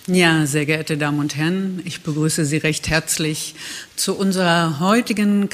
Ja, sehr geehrte Damen und Herren, ich begrüße Sie recht herzlich zu unserer heutigen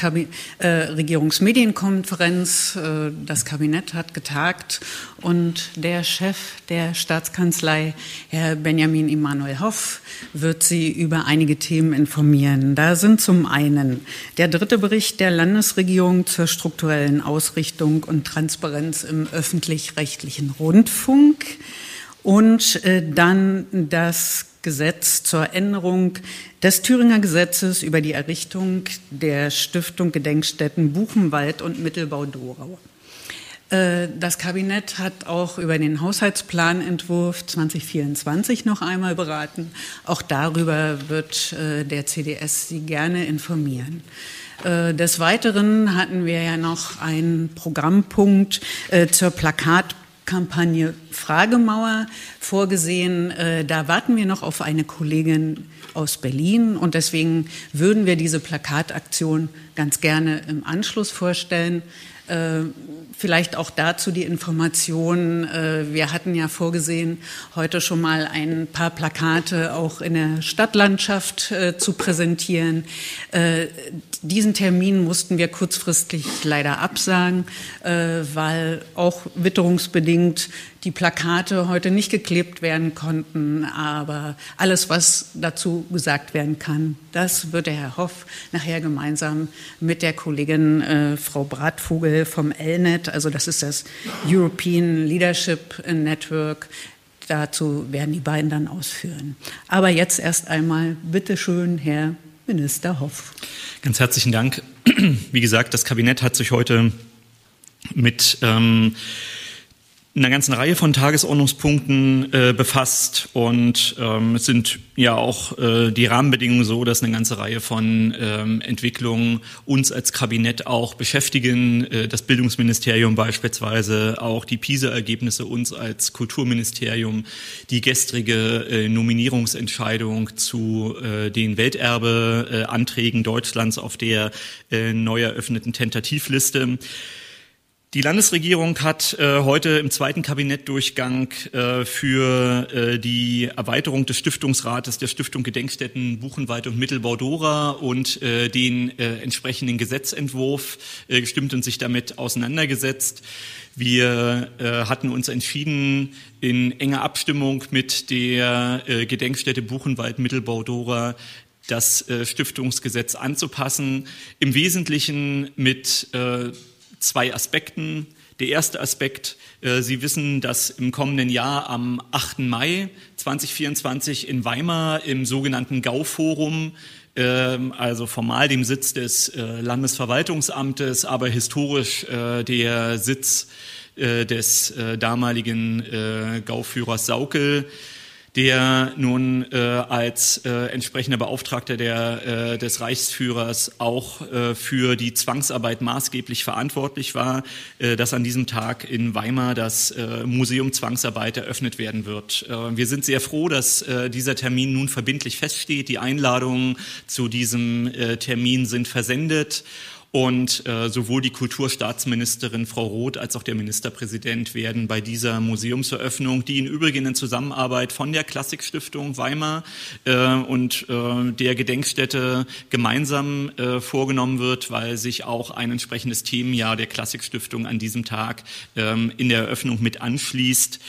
Regierungsmedienkonferenz. Das Kabinett hat getagt und der Chef der Staatskanzlei, Herr Benjamin Emanuel Hoff, wird Sie über einige Themen informieren. Da sind zum einen der 3. Bericht der Landesregierung zur strukturellen Ausrichtung und Transparenz im öffentlich-rechtlichen Rundfunk. Und dann das Gesetz zur Änderung des Thüringer Gesetzes über die Errichtung der Stiftung Gedenkstätten Buchenwald und Mittelbau-Donau. Das Kabinett hat auch über den Haushaltsplanentwurf 2024 noch einmal beraten. Auch darüber wird der CDS Sie gerne informieren. Des Weiteren hatten wir ja noch einen Programmpunkt zur Plakatkampagne Fragemauer vorgesehen. Da warten wir noch auf eine Kollegin aus Berlin und deswegen würden wir diese Plakataktion ganz gerne im Anschluss vorstellen. Vielleicht auch dazu die Information, wir hatten ja vorgesehen, heute schon mal ein paar Plakate auch in der Stadtlandschaft zu präsentieren. Diesen Termin mussten wir kurzfristig leider absagen, weil auch witterungsbedingt die Plakate heute nicht geklebt werden konnten. Aber alles, was dazu gesagt werden kann, das wird der Herr Hoff nachher gemeinsam mit der Kollegin Frau Bratvogel vom ELNet, also das ist das European Leadership Network, dazu werden die beiden dann ausführen. Aber jetzt erst einmal, bitteschön, Herr Minister Hoff. Ganz herzlichen Dank. Wie gesagt, das Kabinett hat sich heute mit einer ganzen Reihe von Tagesordnungspunkten befasst und es sind ja auch die Rahmenbedingungen so, dass eine ganze Reihe von Entwicklungen uns als Kabinett auch beschäftigen. Das Bildungsministerium beispielsweise, auch die PISA-Ergebnisse uns als Kulturministerium, die gestrige Nominierungsentscheidung zu den Welterbe-Anträgen Deutschlands auf der neu eröffneten Tentativliste. Die Landesregierung hat heute im 2. Kabinettdurchgang für die Erweiterung des Stiftungsrates der Stiftung Gedenkstätten Buchenwald und Mittelbau-Donau und den entsprechenden Gesetzentwurf gestimmt und sich damit auseinandergesetzt. Wir hatten uns entschieden, in enger Abstimmung mit der Gedenkstätte Buchenwald Mittelbau-Donau das Stiftungsgesetz anzupassen, im Wesentlichen mit 2 Aspekten. Der erste Aspekt, Sie wissen, dass im kommenden Jahr am 8. Mai 2024 in Weimar im sogenannten Gau-Forum, also formal dem Sitz des Landesverwaltungsamtes, aber historisch der Sitz des damaligen Gauführers Sauckel, der nun als entsprechender Beauftragter des Reichsführers auch für die Zwangsarbeit maßgeblich verantwortlich war, dass an diesem Tag in Weimar das Museum Zwangsarbeit eröffnet werden wird. Wir sind sehr froh, dass dieser Termin nun verbindlich feststeht. Die Einladungen zu diesem Termin sind versendet. Und sowohl die Kulturstaatsministerin Frau Roth als auch der Ministerpräsident werden bei dieser Museumseröffnung, die im Übrigen in Zusammenarbeit von der Klassikstiftung Weimar und der Gedenkstätte gemeinsam vorgenommen wird, weil sich auch ein entsprechendes Themenjahr der Klassikstiftung an diesem Tag in der Eröffnung mit anschließt.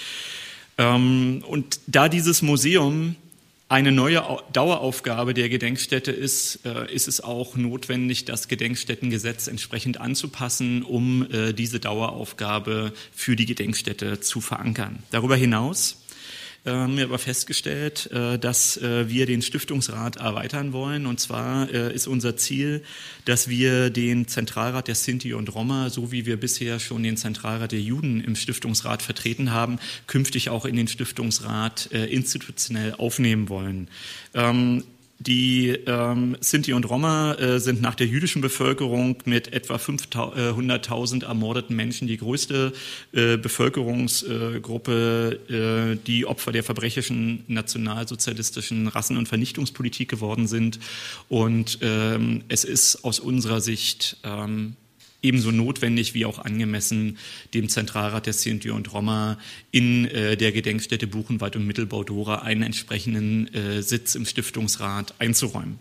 Und da dieses Museum eine neue Daueraufgabe der Gedenkstätte ist es auch notwendig, das Gedenkstättengesetz entsprechend anzupassen, um diese Daueraufgabe für die Gedenkstätte zu verankern. Darüber hinaus haben wir aber festgestellt, dass wir den Stiftungsrat erweitern wollen. Und zwar ist unser Ziel, dass wir den Zentralrat der Sinti und Roma, so wie wir bisher schon den Zentralrat der Juden im Stiftungsrat vertreten haben, künftig auch in den Stiftungsrat institutionell aufnehmen wollen. Die Sinti und Roma sind nach der jüdischen Bevölkerung mit etwa 500.000 ermordeten Menschen die größte Bevölkerungsgruppe, die Opfer der verbrecherischen nationalsozialistischen Rassen- und Vernichtungspolitik geworden sind. Und es ist aus unserer Sicht ebenso notwendig wie auch angemessen, dem Zentralrat der Sinti und Roma in der Gedenkstätte Buchenwald und Mittelbau-Dora einen entsprechenden Sitz im Stiftungsrat einzuräumen.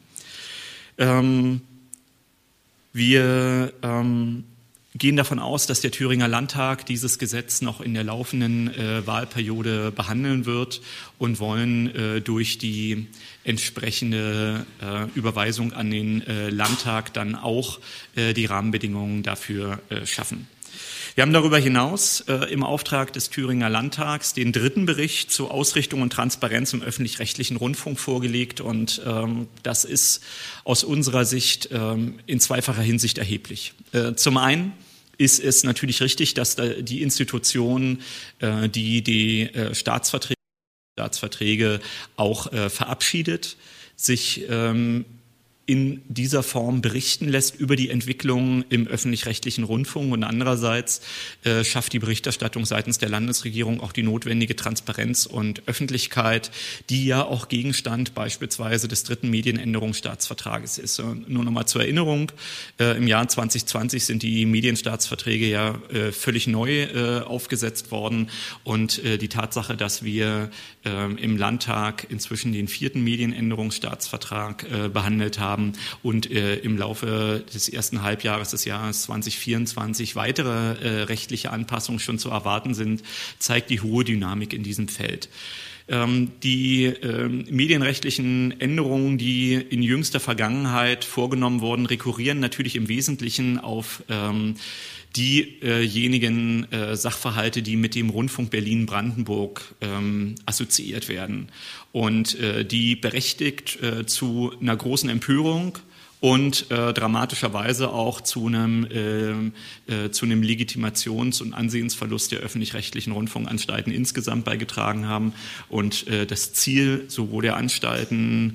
Wir gehen davon aus, dass der Thüringer Landtag dieses Gesetz noch in der laufenden Wahlperiode behandeln wird und wollen durch die entsprechende Überweisung an den Landtag dann auch die Rahmenbedingungen dafür schaffen. Wir haben darüber hinaus im Auftrag des Thüringer Landtags den 3. Bericht zur Ausrichtung und Transparenz im öffentlich-rechtlichen Rundfunk vorgelegt und das ist aus unserer Sicht in zweifacher Hinsicht erheblich. Zum einen ist es natürlich richtig, dass die Institution, die Staatsverträge auch verabschiedet, sich in dieser Form berichten lässt über die Entwicklung im öffentlich-rechtlichen Rundfunk und andererseits schafft die Berichterstattung seitens der Landesregierung auch die notwendige Transparenz und Öffentlichkeit, die ja auch Gegenstand beispielsweise des 3. Medienänderungsstaatsvertrages ist. Nur noch mal zur Erinnerung, im Jahr 2020 sind die Medienstaatsverträge ja völlig neu aufgesetzt worden und die Tatsache, dass wir im Landtag inzwischen den 4. Medienänderungsstaatsvertrag behandelt haben, und im Laufe des ersten Halbjahres des Jahres 2024 weitere rechtliche Anpassungen schon zu erwarten sind, zeigt die hohe Dynamik in diesem Feld. Die medienrechtlichen Änderungen, die in jüngster Vergangenheit vorgenommen wurden, rekurrieren natürlich im Wesentlichen auf diejenigen Sachverhalte, die mit dem Rundfunk Berlin-Brandenburg assoziiert werden und die berechtigt zu einer großen Empörung und dramatischerweise auch zu einem Legitimations- und Ansehensverlust der öffentlich-rechtlichen Rundfunkanstalten insgesamt beigetragen haben. Und das Ziel sowohl der Anstalten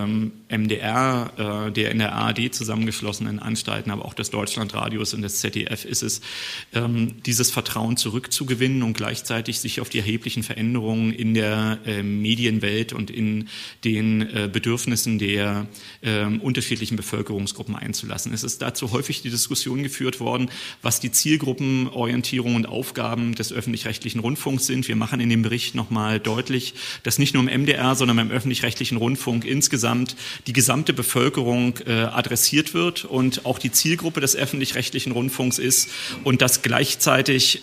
MDR, der in der ARD zusammengeschlossenen Anstalten, aber auch des Deutschlandradios und des ZDF ist es, dieses Vertrauen zurückzugewinnen und gleichzeitig sich auf die erheblichen Veränderungen in der Medienwelt und in den Bedürfnissen der unterschiedlichen Bevölkerungsgruppen einzulassen. Es ist dazu häufig die Diskussion geführt worden, was die Zielgruppenorientierung und Aufgaben des öffentlich-rechtlichen Rundfunks sind. Wir machen in dem Bericht nochmal deutlich, dass nicht nur im MDR, sondern im öffentlich-rechtlichen Rundfunk insgesamt die gesamte Bevölkerung adressiert wird und auch die Zielgruppe des öffentlich-rechtlichen Rundfunks ist und dass gleichzeitig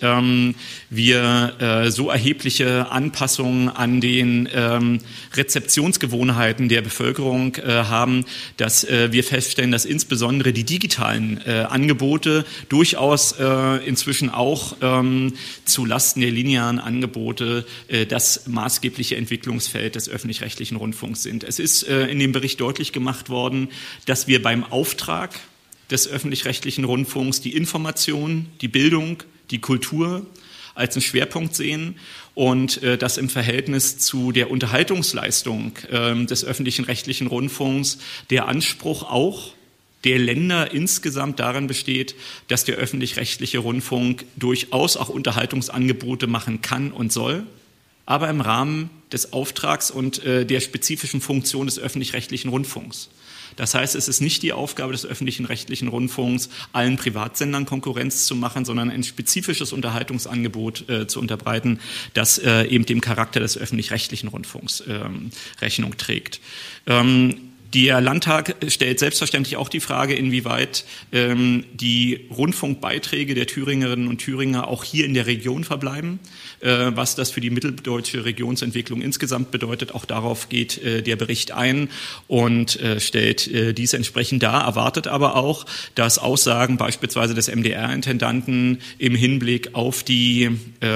wir so erhebliche Anpassungen an den Rezeptionsgewohnheiten der Bevölkerung haben, dass wir feststellen, dass insbesondere die digitalen Angebote durchaus inzwischen auch zu Lasten der linearen Angebote das maßgebliche Entwicklungsfeld des öffentlich-rechtlichen Rundfunks sind. Es ist in dem Bericht deutlich gemacht worden, dass wir beim Auftrag des öffentlich-rechtlichen Rundfunks die Information, die Bildung, die Kultur als einen Schwerpunkt sehen und dass im Verhältnis zu der Unterhaltungsleistung des öffentlichen rechtlichen Rundfunks der Anspruch auch der Länder insgesamt darin besteht, dass der öffentlich-rechtliche Rundfunk durchaus auch Unterhaltungsangebote machen kann und soll, aber im Rahmen des Auftrags und der spezifischen Funktion des öffentlich-rechtlichen Rundfunks. Das heißt, es ist nicht die Aufgabe des öffentlichen rechtlichen Rundfunks, allen Privatsendern Konkurrenz zu machen, sondern ein spezifisches Unterhaltungsangebot zu unterbreiten, das eben dem Charakter des öffentlich-rechtlichen Rundfunks Rechnung trägt. Der Landtag stellt selbstverständlich auch die Frage, inwieweit die Rundfunkbeiträge der Thüringerinnen und Thüringer auch hier in der Region verbleiben, was das für die mitteldeutsche Regionsentwicklung insgesamt bedeutet. Auch darauf geht der Bericht ein und stellt dies entsprechend dar, erwartet aber auch, dass Aussagen beispielsweise des MDR-Intendanten im Hinblick auf die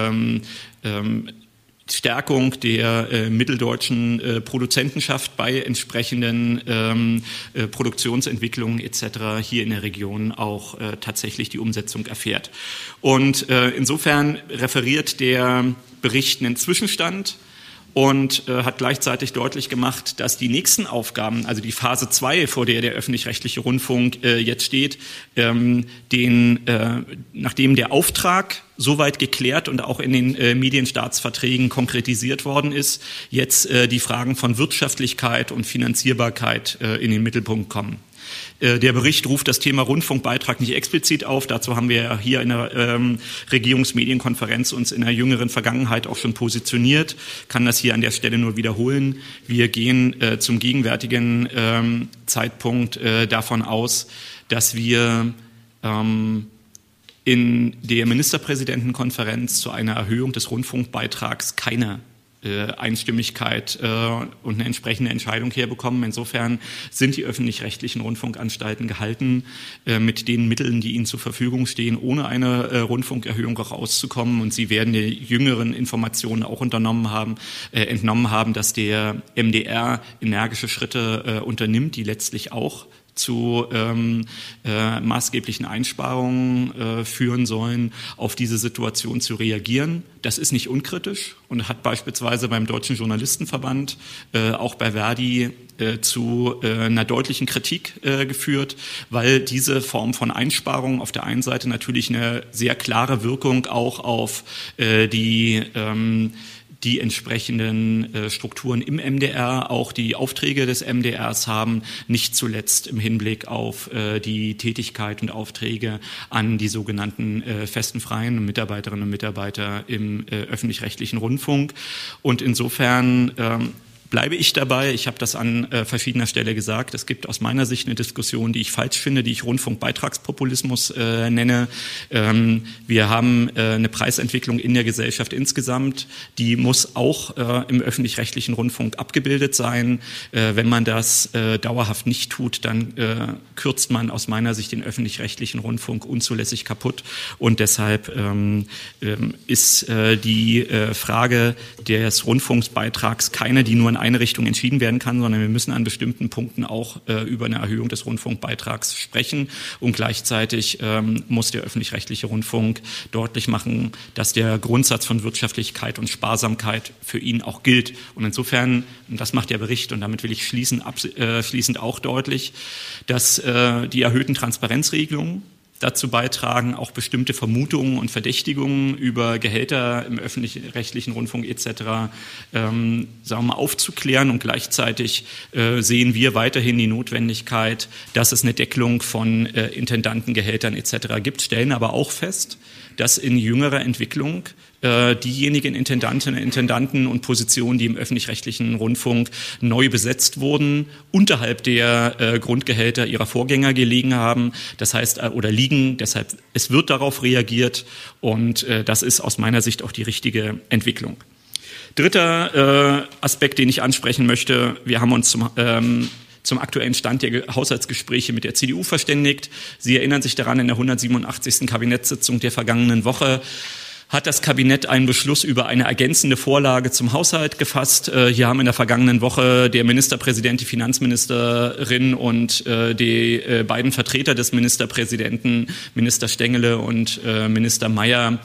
Stärkung der mitteldeutschen Produzentenschaft bei entsprechenden Produktionsentwicklungen etc. hier in der Region auch tatsächlich die Umsetzung erfährt. Und insofern referiert der Bericht einen Zwischenstand und hat gleichzeitig deutlich gemacht, dass die nächsten Aufgaben, also die Phase 2, vor der der öffentlich-rechtliche Rundfunk jetzt steht, nachdem der Auftrag soweit geklärt und auch in den Medienstaatsverträgen konkretisiert worden ist, jetzt die Fragen von Wirtschaftlichkeit und Finanzierbarkeit in den Mittelpunkt kommen. Der Bericht ruft das Thema Rundfunkbeitrag nicht explizit auf. Dazu haben wir hier in der Regierungsmedienkonferenz uns in der jüngeren Vergangenheit auch schon positioniert. Kann das hier an der Stelle nur wiederholen. Wir gehen zum gegenwärtigen Zeitpunkt davon aus, dass wir in der Ministerpräsidentenkonferenz zu einer Erhöhung des Rundfunkbeitrags keine Einstimmigkeit und eine entsprechende Entscheidung herbekommen. Insofern sind die öffentlich-rechtlichen Rundfunkanstalten gehalten, mit den Mitteln, die ihnen zur Verfügung stehen, ohne eine Rundfunkerhöhung auch auszukommen. Und sie werden die jüngeren Informationen auch entnommen haben, dass der MDR energische Schritte unternimmt, die letztlich auch zu maßgeblichen Einsparungen führen sollen, auf diese Situation zu reagieren. Das ist nicht unkritisch und hat beispielsweise beim Deutschen Journalistenverband, auch bei Verdi, zu einer deutlichen Kritik geführt, weil diese Form von Einsparungen auf der einen Seite natürlich eine sehr klare Wirkung auch auf die entsprechenden Strukturen im MDR, auch die Aufträge des MDRs haben, nicht zuletzt im Hinblick auf die Tätigkeit und Aufträge an die sogenannten festen freien Mitarbeiterinnen und Mitarbeiter im öffentlich-rechtlichen Rundfunk. Und insofern bleibe ich dabei. Ich habe das an verschiedener Stelle gesagt. Es gibt aus meiner Sicht eine Diskussion, die ich falsch finde, die ich Rundfunkbeitragspopulismus nenne. Wir haben eine Preisentwicklung in der Gesellschaft insgesamt. Die muss auch im öffentlich-rechtlichen Rundfunk abgebildet sein. Wenn man das dauerhaft nicht tut, dann kürzt man aus meiner Sicht den öffentlich-rechtlichen Rundfunk unzulässig kaputt. Und deshalb ist die Frage des Rundfunksbeitrags keine, die nur in eine Richtung entschieden werden kann, sondern wir müssen an bestimmten Punkten auch über eine Erhöhung des Rundfunkbeitrags sprechen. Und gleichzeitig muss der öffentlich-rechtliche Rundfunk deutlich machen, dass der Grundsatz von Wirtschaftlichkeit und Sparsamkeit für ihn auch gilt. Und insofern, und das macht der Bericht, und damit will ich schließend auch deutlich, dass die erhöhten Transparenzregelungen dazu beitragen, auch bestimmte Vermutungen und Verdächtigungen über Gehälter im öffentlich-rechtlichen Rundfunk etc. Sagen wir mal, aufzuklären. Und gleichzeitig sehen wir weiterhin die Notwendigkeit, dass es eine Deckelung von Intendantengehältern etc. gibt, stellen aber auch fest, dass in jüngerer Entwicklung diejenigen Intendantinnen, Intendanten und Positionen, die im öffentlich-rechtlichen Rundfunk neu besetzt wurden, unterhalb der Grundgehälter ihrer Vorgänger gelegen haben. Das heißt, oder liegen. Deshalb, es wird darauf reagiert und das ist aus meiner Sicht auch die richtige Entwicklung. Dritter Aspekt, den ich ansprechen möchte. Wir haben uns zum aktuellen Stand der Haushaltsgespräche mit der CDU verständigt. Sie erinnern sich daran, in der 187. Kabinettssitzung der vergangenen Woche hat das Kabinett einen Beschluss über eine ergänzende Vorlage zum Haushalt gefasst. Hier haben in der vergangenen Woche der Ministerpräsident, die Finanzministerin und die beiden Vertreter des Ministerpräsidenten, Minister Stengele und Minister Mayer,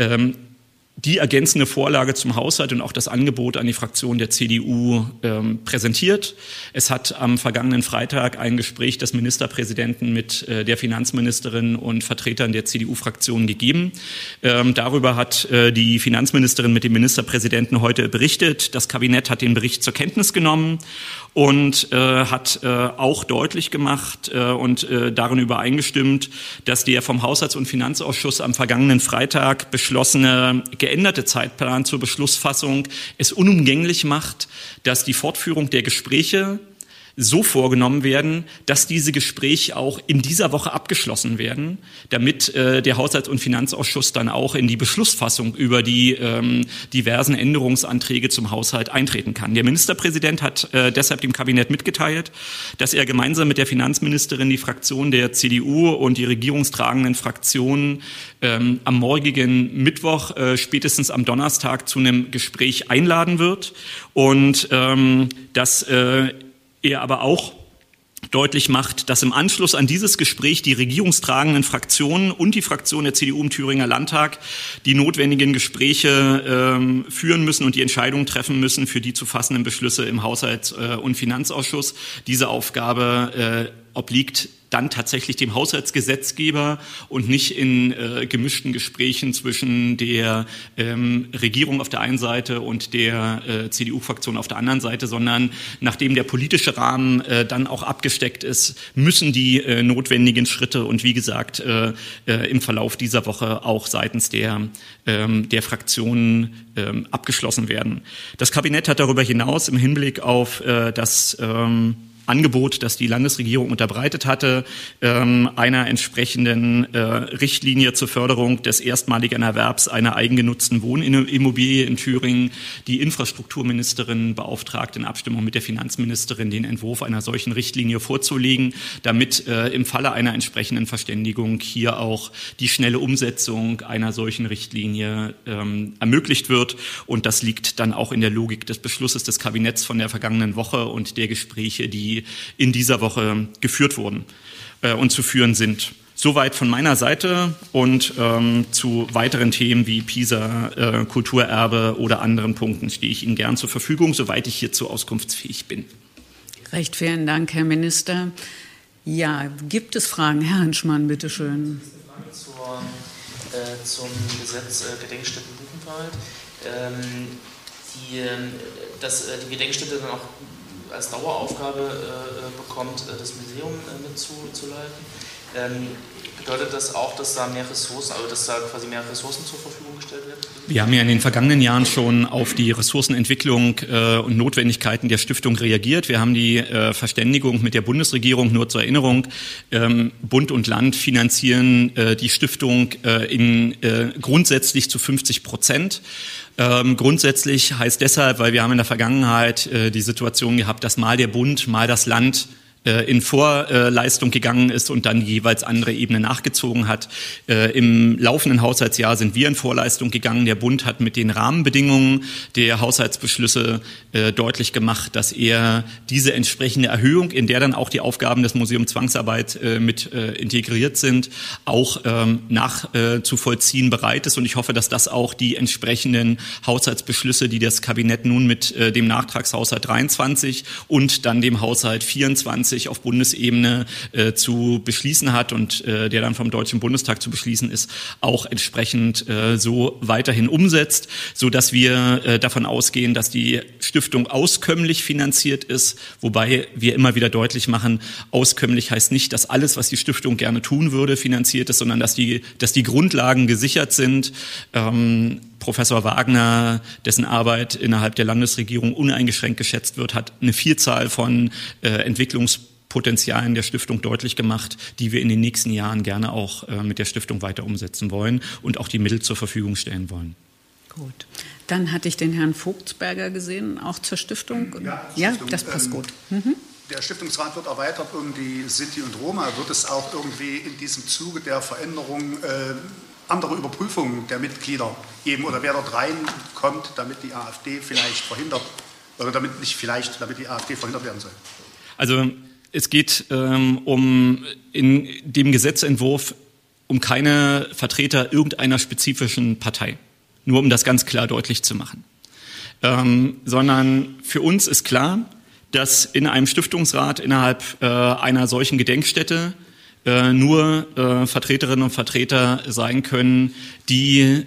die ergänzende Vorlage zum Haushalt und auch das Angebot an die Fraktion der CDU präsentiert. Es hat am vergangenen Freitag ein Gespräch des Ministerpräsidenten mit der Finanzministerin und Vertretern der CDU-Fraktion gegeben. Darüber hat die Finanzministerin mit dem Ministerpräsidenten heute berichtet. Das Kabinett hat den Bericht zur Kenntnis genommen und hat auch deutlich gemacht und darin übereingestimmt, dass der vom Haushalts- und Finanzausschuss am vergangenen Freitag beschlossene geänderte Zeitplan zur Beschlussfassung es unumgänglich macht, dass die Fortführung der Gespräche so vorgenommen werden, dass diese Gespräche auch in dieser Woche abgeschlossen werden, damit der Haushalts- und Finanzausschuss dann auch in die Beschlussfassung über die diversen Änderungsanträge zum Haushalt eintreten kann. Der Ministerpräsident hat deshalb dem Kabinett mitgeteilt, dass er gemeinsam mit der Finanzministerin die Fraktion der CDU und die regierungstragenden Fraktionen am morgigen Mittwoch, spätestens am Donnerstag, zu einem Gespräch einladen wird und dass er aber auch deutlich macht, dass im Anschluss an dieses Gespräch die regierungstragenden Fraktionen und die Fraktion der CDU im Thüringer Landtag die notwendigen Gespräche führen müssen und die Entscheidungen treffen müssen für die zu fassenden Beschlüsse im Haushalts- und Finanzausschuss. Diese Aufgabe obliegt dann tatsächlich dem Haushaltsgesetzgeber und nicht in gemischten Gesprächen zwischen der Regierung auf der einen Seite und der CDU-Fraktion auf der anderen Seite, sondern nachdem der politische Rahmen dann auch abgesteckt ist, müssen die notwendigen Schritte und wie gesagt im Verlauf dieser Woche auch seitens der Fraktionen abgeschlossen werden. Das Kabinett hat darüber hinaus im Hinblick auf das Angebot, das die Landesregierung unterbreitet hatte, einer entsprechenden Richtlinie zur Förderung des erstmaligen Erwerbs einer eigengenutzten Wohnimmobilie in Thüringen die Infrastrukturministerin beauftragt, in Abstimmung mit der Finanzministerin den Entwurf einer solchen Richtlinie vorzulegen, damit im Falle einer entsprechenden Verständigung hier auch die schnelle Umsetzung einer solchen Richtlinie ermöglicht wird. Und das liegt dann auch in der Logik des Beschlusses des Kabinetts von der vergangenen Woche und der Gespräche, die in dieser Woche geführt wurden und zu führen sind. Soweit von meiner Seite und zu weiteren Themen wie PISA, Kulturerbe oder anderen Punkten stehe ich Ihnen gern zur Verfügung, soweit ich hierzu auskunftsfähig bin. Recht vielen Dank, Herr Minister. Ja, gibt es Fragen? Herr Hanschmann, bitteschön. Eine Frage zum Gesetz Gedenkstätten Buchenwald. Die Gedenkstätte dann auch als Daueraufgabe bekommt, das Museum mitzuleiten. Bedeutet das auch, dass da mehr Ressourcen, also dass da quasi mehr Ressourcen zur Verfügung gestellt werden? Wir haben ja in den vergangenen Jahren schon auf die Ressourcenentwicklung und Notwendigkeiten der Stiftung reagiert. Wir haben die Verständigung mit der Bundesregierung, nur zur Erinnerung, Bund und Land finanzieren die Stiftung grundsätzlich zu 50%. Grundsätzlich heißt deshalb, weil wir haben in der Vergangenheit die Situation gehabt, dass mal der Bund, mal das Land in Vorleistung gegangen ist und dann jeweils andere Ebenen nachgezogen hat. Im laufenden Haushaltsjahr sind wir in Vorleistung gegangen. Der Bund hat mit den Rahmenbedingungen der Haushaltsbeschlüsse deutlich gemacht, dass er diese entsprechende Erhöhung, in der dann auch die Aufgaben des Museums Zwangsarbeit mit integriert sind, auch nachzuvollziehen bereit ist. Und ich hoffe, dass das auch die entsprechenden Haushaltsbeschlüsse, die das Kabinett nun mit dem Nachtragshaushalt 23 und dann dem Haushalt 24 auf Bundesebene zu beschließen hat und der dann vom Deutschen Bundestag zu beschließen ist, auch entsprechend so weiterhin umsetzt, so dass wir davon ausgehen, dass die Stiftung auskömmlich finanziert ist, wobei wir immer wieder deutlich machen, auskömmlich heißt nicht, dass alles, was die Stiftung gerne tun würde, finanziert ist, sondern dass die Grundlagen gesichert sind. Professor Wagner, dessen Arbeit innerhalb der Landesregierung uneingeschränkt geschätzt wird, hat eine Vielzahl von Entwicklungspotenzialen der Stiftung deutlich gemacht, die wir in den nächsten Jahren gerne auch mit der Stiftung weiter umsetzen wollen und auch die Mittel zur Verfügung stellen wollen. Gut. Dann hatte ich den Herrn Vogtsberger gesehen, auch zur Stiftung. Ja, das passt gut. Der Stiftungsrat wird erweitert um die Sinti und Roma. Wird es auch irgendwie in diesem Zuge der Veränderung andere Überprüfungen der Mitglieder geben oder wer dort reinkommt, damit die AfD vielleicht verhindert oder damit die AfD verhindert werden soll? Also es geht in dem Gesetzentwurf um keine Vertreter irgendeiner spezifischen Partei. Nur um das ganz klar deutlich zu machen. Sondern für uns ist klar, dass in einem Stiftungsrat innerhalb einer solchen Gedenkstätte nur Vertreterinnen und Vertreter sein können, die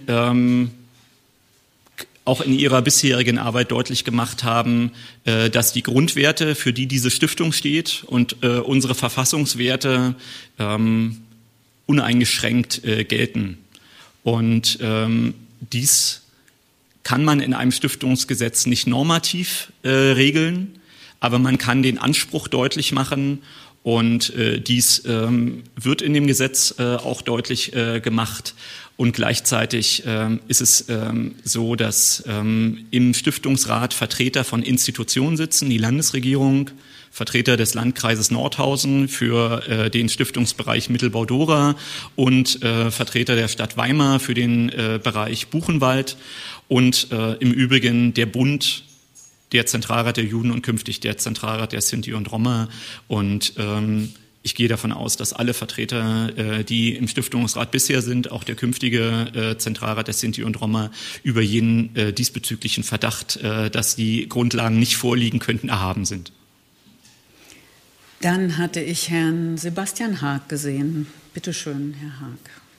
auch in ihrer bisherigen Arbeit deutlich gemacht haben, dass die Grundwerte, für die diese Stiftung steht und unsere Verfassungswerte uneingeschränkt gelten. Und dies kann man in einem Stiftungsgesetz nicht normativ regeln, aber man kann den Anspruch deutlich machen und dies wird in dem Gesetz auch deutlich gemacht. Und gleichzeitig ist es so, dass im Stiftungsrat Vertreter von Institutionen sitzen, die Landesregierung, Vertreter des Landkreises Nordhausen für den Stiftungsbereich Mittelbau-Dora und Vertreter der Stadt Weimar für den Bereich Buchenwald und im Übrigen der Bund, der Zentralrat der Juden und künftig der Zentralrat der Sinti und Roma. Und ich gehe davon aus, dass alle Vertreter, die im Stiftungsrat bisher sind, auch der künftige Zentralrat der Sinti und Roma, über jeden diesbezüglichen Verdacht, dass die Grundlagen nicht vorliegen könnten, erhaben sind. Dann hatte ich Herrn Sebastian Haag gesehen. Bitte schön, Herr Haag.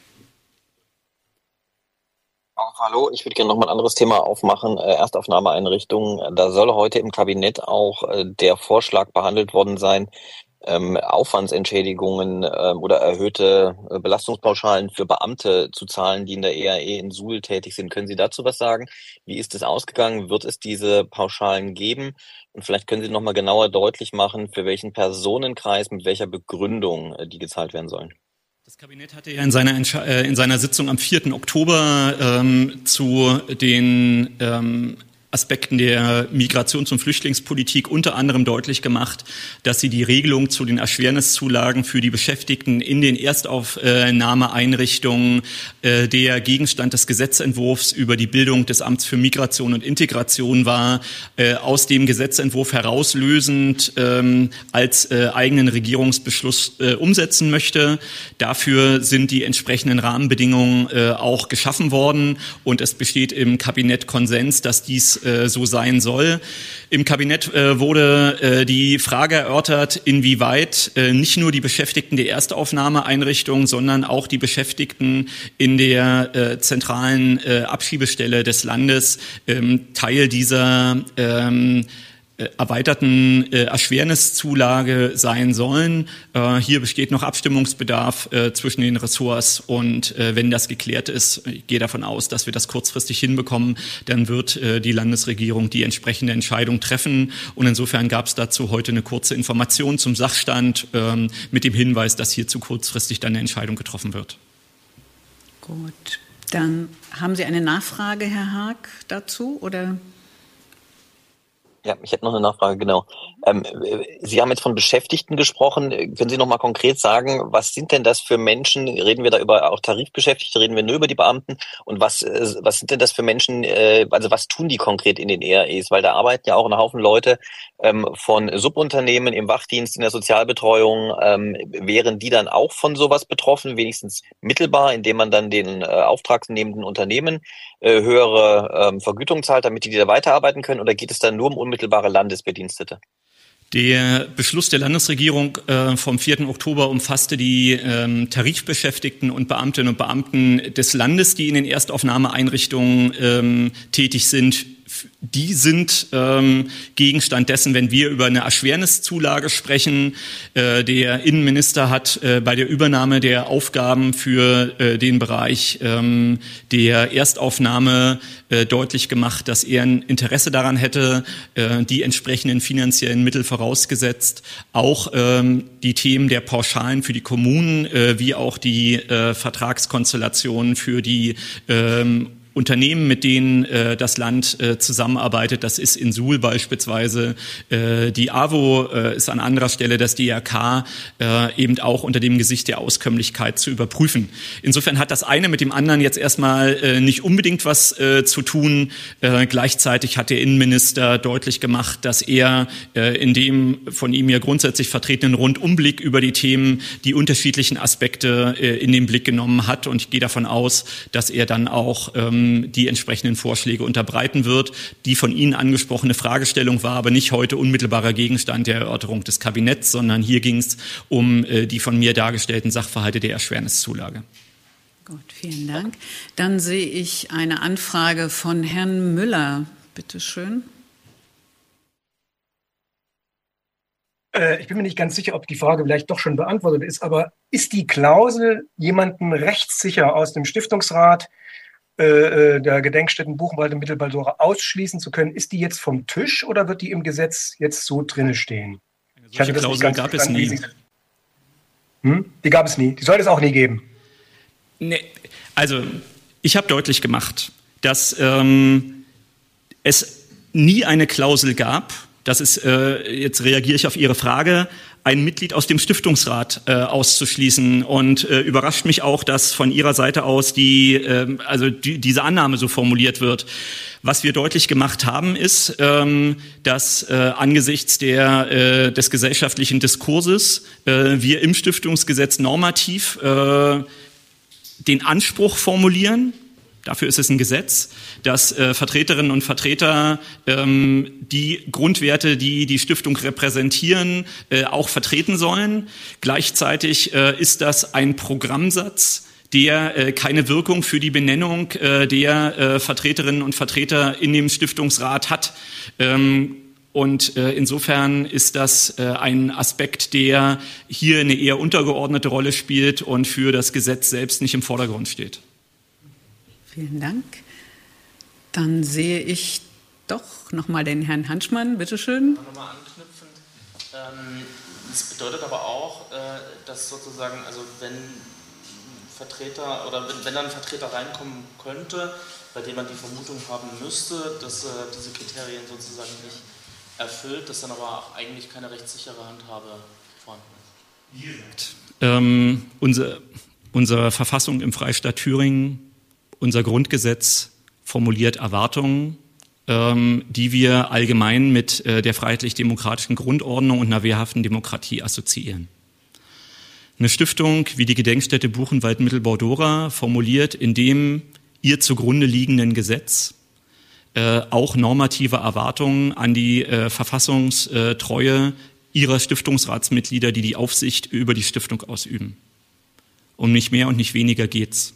Hallo, ich würde gerne noch mal ein anderes Thema aufmachen. Erstaufnahmeeinrichtungen. Da soll heute im Kabinett auch der Vorschlag behandelt worden sein, Aufwandsentschädigungen oder erhöhte Belastungspauschalen für Beamte zu zahlen, die in der EAE in Suhl tätig sind. Können Sie dazu was sagen? Wie ist es ausgegangen? Wird es diese Pauschalen geben? Und vielleicht können Sie noch mal genauer deutlich machen, für welchen Personenkreis, mit welcher Begründung die gezahlt werden sollen. Das Kabinett hatte ja in seiner Sitzung am 4. Oktober zu den Aspekten der Migrations- und Flüchtlingspolitik unter anderem deutlich gemacht, dass sie die Regelung zu den Erschwerniszulagen für die Beschäftigten in den Erstaufnahmeeinrichtungen der Gegenstand des Gesetzentwurfs über die Bildung des Amts für Migration und Integration war, aus dem Gesetzentwurf herauslösend als eigenen Regierungsbeschluss umsetzen möchte. Dafür sind die entsprechenden Rahmenbedingungen auch geschaffen worden und es besteht im Kabinett Konsens, dass dies so sein soll. Im Kabinett wurde die Frage erörtert, inwieweit nicht nur die Beschäftigten der Erstaufnahmeeinrichtung, sondern auch die Beschäftigten in der zentralen Abschiebestelle des Landes Teil dieser erweiterten Erschwerniszulage sein sollen. Hier besteht noch Abstimmungsbedarf zwischen den Ressorts und wenn das geklärt ist, ich gehe davon aus, dass wir das kurzfristig hinbekommen, dann wird die Landesregierung die entsprechende Entscheidung treffen und insofern gab es dazu heute eine kurze Information zum Sachstand mit dem Hinweis, dass hierzu kurzfristig dann eine Entscheidung getroffen wird. Gut, dann haben Sie eine Nachfrage, Herr Haag, dazu oder? Ja, ich hätte noch eine Nachfrage, genau. Sie haben jetzt von Beschäftigten gesprochen. Können Sie noch mal konkret sagen, was sind denn das für Menschen? Reden wir da über auch Tarifbeschäftigte? Reden wir nur über die Beamten? Und was sind denn das für Menschen, also was tun die konkret in den EAEs? Weil da arbeiten ja auch ein Haufen Leute von Subunternehmen im Wachdienst, in der Sozialbetreuung. Wären die dann auch von sowas betroffen, wenigstens mittelbar, indem man dann den auftragsnehmenden Unternehmen höhere Vergütung zahlt, damit die da weiterarbeiten können? Oder geht es dann nur um unmittelbare Landesbedienstete? Der Beschluss der Landesregierung vom 4. Oktober umfasste die Tarifbeschäftigten und Beamtinnen und Beamten des Landes, die in den Erstaufnahmeeinrichtungen tätig sind. Die sind Gegenstand dessen, wenn wir über eine Erschwerniszulage sprechen. Der Innenminister hat bei der Übernahme der Aufgaben für den Bereich der Erstaufnahme deutlich gemacht, dass er ein Interesse daran hätte, die entsprechenden finanziellen Mittel vorausgesetzt, auch die Themen der Pauschalen für die Kommunen wie auch die Vertragskonstellationen für die Unternehmen, mit denen das Land zusammenarbeitet, das ist in Suhl beispielsweise die AWO, ist an anderer Stelle das DRK, eben auch unter dem Gesicht der Auskömmlichkeit zu überprüfen. Insofern hat das eine mit dem anderen jetzt erstmal nicht unbedingt was zu tun. Gleichzeitig hat der Innenminister deutlich gemacht, dass er in dem von ihm ja grundsätzlich vertretenen Rundumblick über die Themen die unterschiedlichen Aspekte in den Blick genommen hat und ich gehe davon aus, dass er dann auch die entsprechenden Vorschläge unterbreiten wird. Die von Ihnen angesprochene Fragestellung war aber nicht heute unmittelbarer Gegenstand der Erörterung des Kabinetts, sondern hier ging es um die von mir dargestellten Sachverhalte der Erschwerniszulage. Gut, vielen Dank. Dann sehe ich eine Anfrage von Herrn Müller. Bitte schön. Ich bin mir nicht ganz sicher, ob die Frage vielleicht doch schon beantwortet ist, aber ist die Klausel, jemanden rechtssicher aus dem Stiftungsrat der Gedenkstätten Buchenwald und Mittelbaldora ausschließen zu können, ist die jetzt vom Tisch oder wird die im Gesetz jetzt so drinne stehen? Solche Klausel gab es nie. Die gab es nie. Die soll es auch nie geben. Nee, also ich habe deutlich gemacht, dass es nie eine Klausel gab, das ist, jetzt reagiere ich auf Ihre Frage, ein Mitglied aus dem Stiftungsrat auszuschließen und überrascht mich auch, dass von Ihrer Seite aus diese Annahme so formuliert wird. Was wir deutlich gemacht haben, ist, dass angesichts des gesellschaftlichen Diskurses wir im Stiftungsgesetz normativ den Anspruch formulieren, Dafür ist es ein Gesetz, dass Vertreterinnen und Vertreter die Grundwerte, die die Stiftung repräsentieren, auch vertreten sollen. Gleichzeitig ist das ein Programmsatz, der keine Wirkung für die Benennung der Vertreterinnen und Vertreter in dem Stiftungsrat hat. Und insofern ist das ein Aspekt, der hier eine eher untergeordnete Rolle spielt und für das Gesetz selbst nicht im Vordergrund steht. Vielen Dank. Dann sehe ich doch nochmal den Herrn Hanschmann, bitteschön. Nochmal anknüpfend. Das bedeutet aber auch, dass sozusagen, also wenn Vertreter oder wenn dann ein Vertreter reinkommen könnte, bei dem man die Vermutung haben müsste, dass diese Kriterien sozusagen nicht erfüllt, dass dann aber auch eigentlich keine rechtssichere Handhabe vorhanden ist. Unsere Verfassung im Freistaat Thüringen, unser Grundgesetz formuliert Erwartungen, die wir allgemein mit der freiheitlich-demokratischen Grundordnung und einer wehrhaften Demokratie assoziieren. Eine Stiftung wie die Gedenkstätte Buchenwald-Mittelbau-Dora formuliert in dem ihr zugrunde liegenden Gesetz auch normative Erwartungen an die Verfassungstreue ihrer Stiftungsratsmitglieder, die die Aufsicht über die Stiftung ausüben. Um nicht mehr und nicht weniger geht's.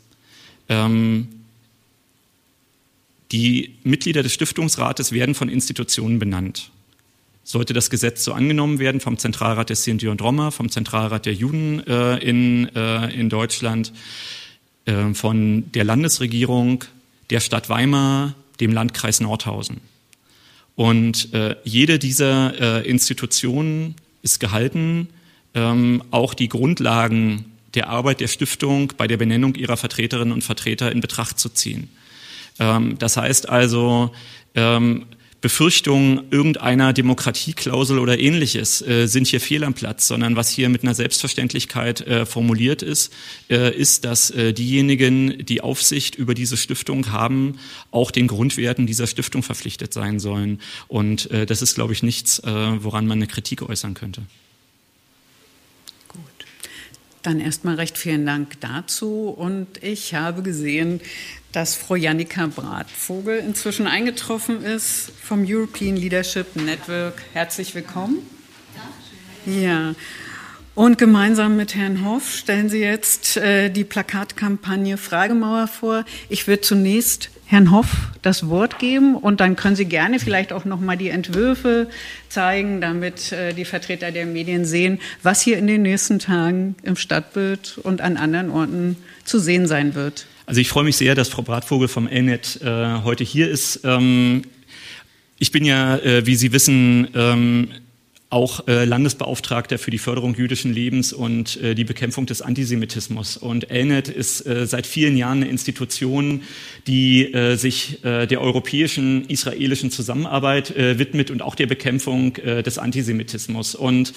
Die Mitglieder des Stiftungsrates werden von Institutionen benannt. Sollte das Gesetz so angenommen werden vom Zentralrat der Sinti und Roma, vom Zentralrat der Juden in Deutschland, von der Landesregierung, der Stadt Weimar, dem Landkreis Nordhausen. Und jede dieser Institutionen ist gehalten, auch die Grundlagen der Arbeit der Stiftung bei der Benennung ihrer Vertreterinnen und Vertreter in Betracht zu ziehen. Das heißt also, Befürchtungen irgendeiner Demokratieklausel oder Ähnliches sind hier fehl am Platz, sondern was hier mit einer Selbstverständlichkeit formuliert ist, ist, dass diejenigen, die Aufsicht über diese Stiftung haben, auch den Grundwerten dieser Stiftung verpflichtet sein sollen. Und das ist, glaube ich, nichts, woran man eine Kritik äußern könnte. Gut. Dann erstmal recht vielen Dank dazu. Und ich habe gesehen, dass Frau Jannika Bratvogel inzwischen eingetroffen ist vom European Leadership Network. Herzlich willkommen. Ja. Und gemeinsam mit Herrn Hoff stellen Sie jetzt die Plakatkampagne Fragemauer vor. Ich würde zunächst Herrn Hoff das Wort geben und dann können Sie gerne vielleicht auch noch mal die Entwürfe zeigen, damit die Vertreter der Medien sehen, was hier in den nächsten Tagen im Stadtbild und an anderen Orten zu sehen sein wird. Also ich freue mich sehr, dass Frau Bratvogel vom Elnet heute hier ist. Ich bin ja, wie Sie wissen, auch Landesbeauftragter für die Förderung jüdischen Lebens und die Bekämpfung des Antisemitismus. Und Elnet ist seit vielen Jahren eine Institution, die sich der europäischen, israelischen Zusammenarbeit widmet und auch der Bekämpfung des Antisemitismus. Und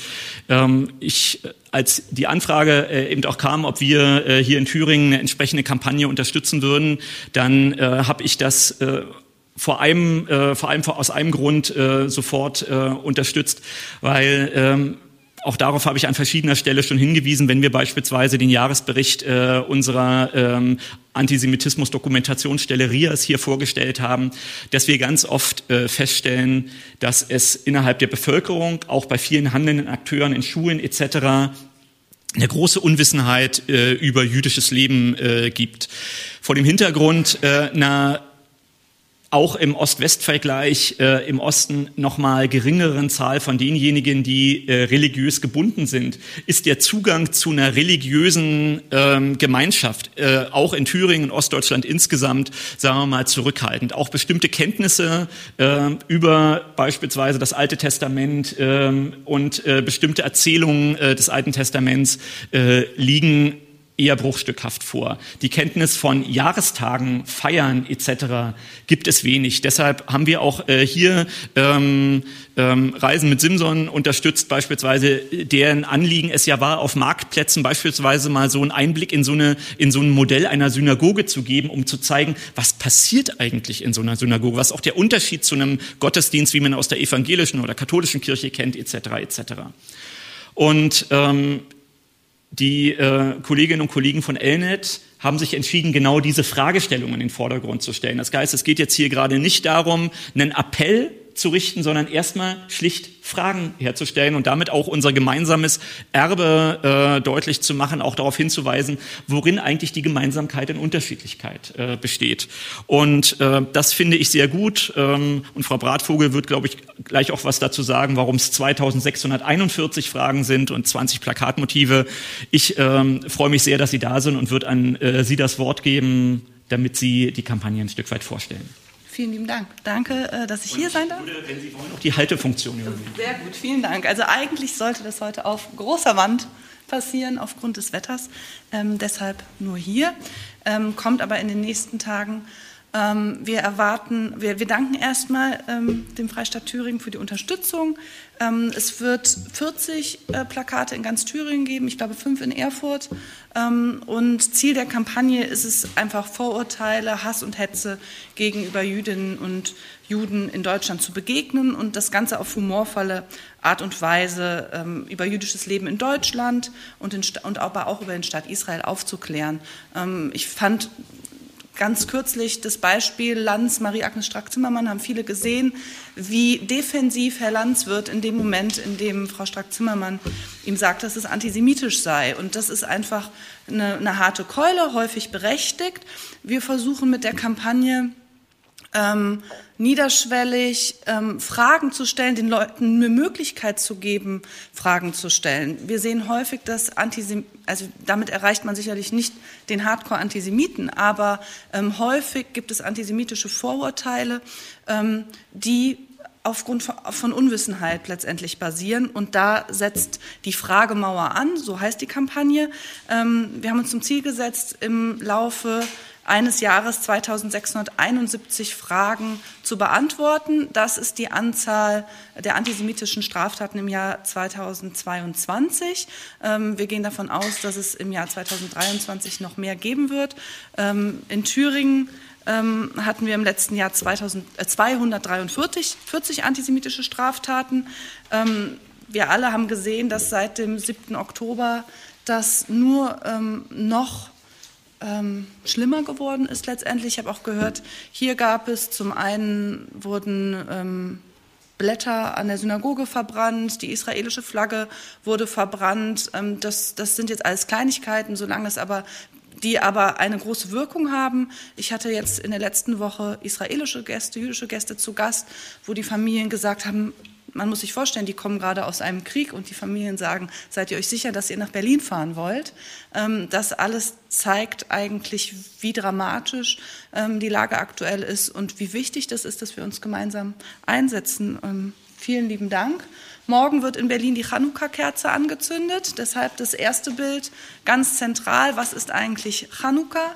als die Frage eben auch kam, ob wir hier in Thüringen eine entsprechende Kampagne unterstützen würden, dann habe ich das vor allem aus einem Grund sofort unterstützt, weil auch darauf habe ich an verschiedener Stelle schon hingewiesen, wenn wir beispielsweise den Jahresbericht unserer Antisemitismus-Dokumentationsstelle RIAS hier vorgestellt haben, dass wir ganz oft feststellen, dass es innerhalb der Bevölkerung, auch bei vielen handelnden Akteuren in Schulen etc., eine große Unwissenheit über jüdisches Leben gibt. Vor dem Hintergrund auch im Ost-West-Vergleich im Osten nochmal geringeren Zahl von denjenigen, die religiös gebunden sind, ist der Zugang zu einer religiösen Gemeinschaft, auch in Thüringen und Ostdeutschland insgesamt, sagen wir mal, zurückhaltend. Auch bestimmte Kenntnisse über beispielsweise das Alte Testament und bestimmte Erzählungen des Alten Testaments liegen eher bruchstückhaft vor. Die Kenntnis von Jahrestagen, Feiern etc. gibt es wenig. Deshalb haben wir auch hier Reisen mit Simson unterstützt, beispielsweise deren Anliegen es ja war, auf Marktplätzen beispielsweise mal so einen Einblick in so ein Modell einer Synagoge zu geben, um zu zeigen, was passiert eigentlich in so einer Synagoge, was auch der Unterschied zu einem Gottesdienst, wie man aus der evangelischen oder katholischen Kirche kennt, etc. etc. Und die Kolleginnen und Kollegen von Elnet haben sich entschieden, genau diese Fragestellungen in den Vordergrund zu stellen. Das heißt, es geht jetzt hier gerade nicht darum, einen Appell zu richten, sondern erstmal schlicht Fragen herzustellen und damit auch unser gemeinsames Erbe deutlich zu machen, auch darauf hinzuweisen, worin eigentlich die Gemeinsamkeit in Unterschiedlichkeit besteht. Und das finde ich sehr gut. Und Frau Bratvogel wird, glaube ich, gleich auch was dazu sagen, warum es 2641 Fragen sind und 20 Plakatmotive. Ich freue mich sehr, dass Sie da sind und würde an Sie das Wort geben, damit Sie die Kampagne ein Stück weit vorstellen. Vielen lieben Dank. Danke, dass ich hier sein darf. Würde, wenn Sie wollen, auch die Haltefunktion übernehmen. Sehr gut, vielen Dank. Also eigentlich sollte das heute auf großer Wand passieren, aufgrund des Wetters. Deshalb nur hier. Kommt aber in den nächsten Tagen. Wir danken erstmal dem Freistaat Thüringen für die Unterstützung. Es wird 40 Plakate in ganz Thüringen geben, ich glaube 5 in Erfurt. Und Ziel der Kampagne ist es einfach, Vorurteile, Hass und Hetze gegenüber Jüdinnen und Juden in Deutschland zu begegnen und das Ganze auf humorvolle Art und Weise über jüdisches Leben in Deutschland und aber auch über den Staat Israel aufzuklären. Ich fand ganz kürzlich das Beispiel Lanz, Marie-Agnes Strack-Zimmermann, haben viele gesehen, wie defensiv Herr Lanz wird in dem Moment, in dem Frau Strack-Zimmermann ihm sagt, dass es antisemitisch sei. Und das ist einfach eine harte Keule, häufig berechtigt. Wir versuchen mit der Kampagne niederschwellig Fragen zu stellen, den Leuten eine Möglichkeit zu geben, Fragen zu stellen. Wir sehen häufig, dass also damit erreicht man sicherlich nicht den Hardcore-Antisemiten, aber häufig gibt es antisemitische Vorurteile, die aufgrund von Unwissenheit letztendlich basieren. Und da setzt die Fragemauer an, so heißt die Kampagne. Wir haben uns zum Ziel gesetzt, im Laufe eines Jahres 2671 Fragen zu beantworten. Das ist die Anzahl der antisemitischen Straftaten im Jahr 2022. Wir gehen davon aus, dass es im Jahr 2023 noch mehr geben wird. In Thüringen hatten wir im letzten Jahr 243 antisemitische Straftaten. Wir alle haben gesehen, dass seit dem 7. Oktober das nur noch schlimmer geworden ist letztendlich. Ich habe auch gehört, hier gab es zum einen wurden Blätter an der Synagoge verbrannt, die israelische Flagge wurde verbrannt. Das sind jetzt alles Kleinigkeiten, die aber eine große Wirkung haben. Ich hatte jetzt in der letzten Woche israelische Gäste, jüdische Gäste zu Gast, wo die Familien gesagt haben, man muss sich vorstellen, die kommen gerade aus einem Krieg und die Familien sagen, seid ihr euch sicher, dass ihr nach Berlin fahren wollt? Das alles zeigt eigentlich, wie dramatisch die Lage aktuell ist und wie wichtig das ist, dass wir uns gemeinsam einsetzen. Vielen lieben Dank. Morgen wird in Berlin die Chanukka-Kerze angezündet, deshalb das erste Bild ganz zentral. Was ist eigentlich Chanukka?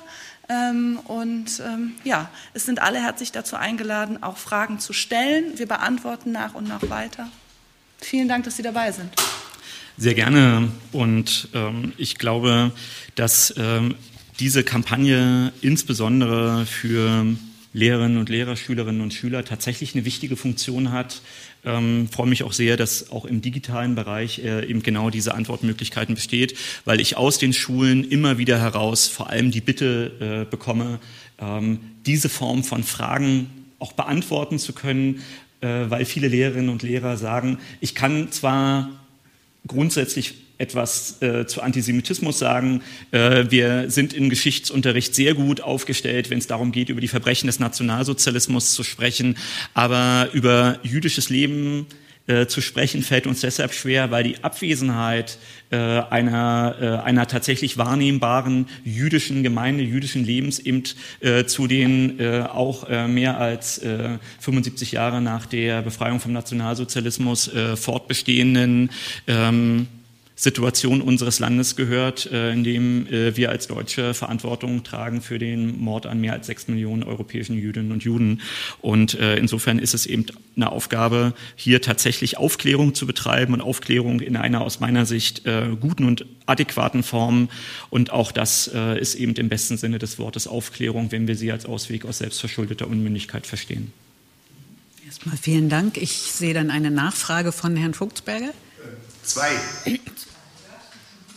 Es sind alle herzlich dazu eingeladen, auch Fragen zu stellen. Wir beantworten nach und nach weiter. Vielen Dank, dass Sie dabei sind. Sehr gerne. Und ich glaube, dass diese Kampagne insbesondere für Lehrerinnen und Lehrer, Schülerinnen und Schüler tatsächlich eine wichtige Funktion hat. Freue mich auch sehr, dass auch im digitalen Bereich eben genau diese Antwortmöglichkeiten besteht, weil ich aus den Schulen immer wieder heraus vor allem die Bitte bekomme, diese Form von Fragen auch beantworten zu können, weil viele Lehrerinnen und Lehrer sagen, ich kann zwar grundsätzlich etwas zu Antisemitismus sagen. Wir sind im Geschichtsunterricht sehr gut aufgestellt, wenn es darum geht, über die Verbrechen des Nationalsozialismus zu sprechen. Aber über jüdisches Leben zu sprechen, fällt uns deshalb schwer, weil die Abwesenheit einer tatsächlich wahrnehmbaren jüdischen Gemeinde, jüdischen Lebens eben zu den auch mehr als 75 Jahre nach der Befreiung vom Nationalsozialismus fortbestehenden Situation unseres Landes gehört, in dem wir als Deutsche Verantwortung tragen für den Mord an mehr als 6 Millionen europäischen Jüdinnen und Juden. Und insofern ist es eben eine Aufgabe, hier tatsächlich Aufklärung zu betreiben und Aufklärung in einer aus meiner Sicht guten und adäquaten Form. Und auch das ist eben im besten Sinne des Wortes Aufklärung, wenn wir sie als Ausweg aus selbstverschuldeter Unmündigkeit verstehen. Erstmal vielen Dank. Ich sehe dann eine Nachfrage von Herrn Vogtsberger. 2.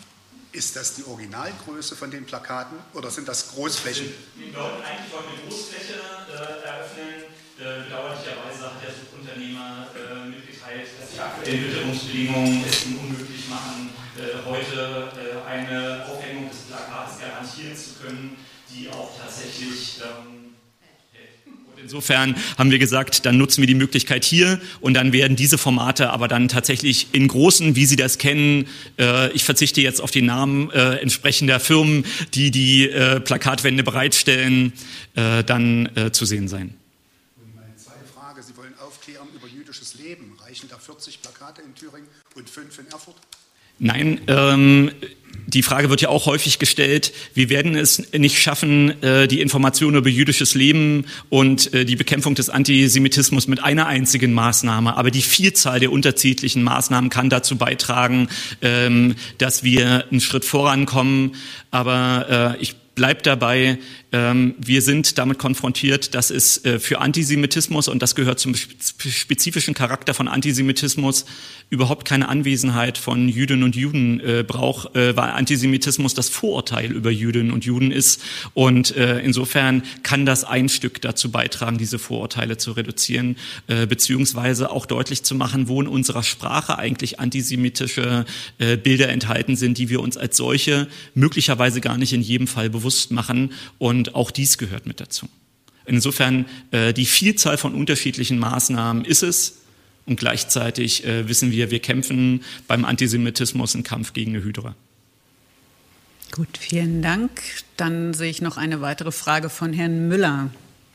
Ist das die Originalgröße von den Plakaten oder sind das Großflächen? Wir wollten eigentlich eine Großfläche eröffnen. Bedauerlicherweise hat der Subunternehmer mitgeteilt, dass die aktuellen Witterungsbedingungen es ihm unmöglich machen, heute eine Aufhängung des Plakates garantieren zu können, die auch tatsächlich insofern haben wir gesagt, dann nutzen wir die Möglichkeit hier und dann werden diese Formate aber dann tatsächlich in großen, wie Sie das kennen, ich verzichte jetzt auf die Namen entsprechender Firmen, die die Plakatwände bereitstellen, dann zu sehen sein. Und meine zweite Frage, Sie wollen aufklären über jüdisches Leben. Reichen da 40 Plakate in Thüringen und 5 in Erfurt? Nein, die Frage wird ja auch häufig gestellt, wir werden es nicht schaffen, die Information über jüdisches Leben und die Bekämpfung des Antisemitismus mit einer einzigen Maßnahme, aber die Vielzahl der unterschiedlichen Maßnahmen kann dazu beitragen, dass wir einen Schritt vorankommen, aber ich bleibe dabei, wir sind damit konfrontiert, dass es für Antisemitismus, und das gehört zum spezifischen Charakter von Antisemitismus, überhaupt keine Anwesenheit von Jüdinnen und Juden braucht, weil Antisemitismus das Vorurteil über Jüdinnen und Juden ist. Und insofern kann das ein Stück dazu beitragen, diese Vorurteile zu reduzieren, beziehungsweise auch deutlich zu machen, wo in unserer Sprache eigentlich antisemitische Bilder enthalten sind, die wir uns als solche möglicherweise gar nicht in jedem Fall bewusst machen. Und auch dies gehört mit dazu. Insofern die Vielzahl von unterschiedlichen Maßnahmen ist es. Und gleichzeitig wissen wir kämpfen beim Antisemitismus einen Kampf gegen eine Hydra. Gut, vielen Dank. Dann sehe ich noch eine weitere Frage von Herrn Müller.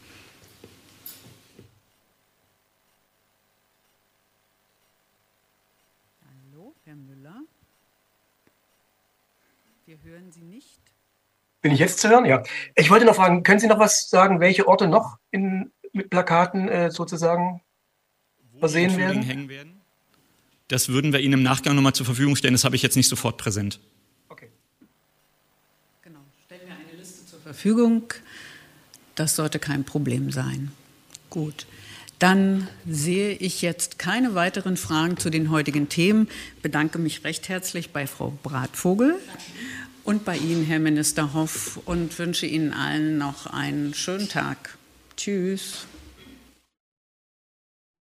Hallo, Herr Müller? Wir hören Sie nicht. Bin ich jetzt zu hören? Ja. Ich wollte noch fragen, können Sie noch was sagen, welche Orte noch mit Plakaten sozusagen versehen werden? Hängen werden? Das würden wir Ihnen im Nachgang nochmal zur Verfügung stellen. Das habe ich jetzt nicht sofort präsent. Okay. Genau, stellen wir eine Liste zur Verfügung. Das sollte kein Problem sein. Gut. Dann sehe ich jetzt keine weiteren Fragen zu den heutigen Themen. Bedanke mich recht herzlich bei Frau Bratvogel und bei Ihnen, Herr Minister Hoff, und wünsche Ihnen allen noch einen schönen Tag. Tschüss.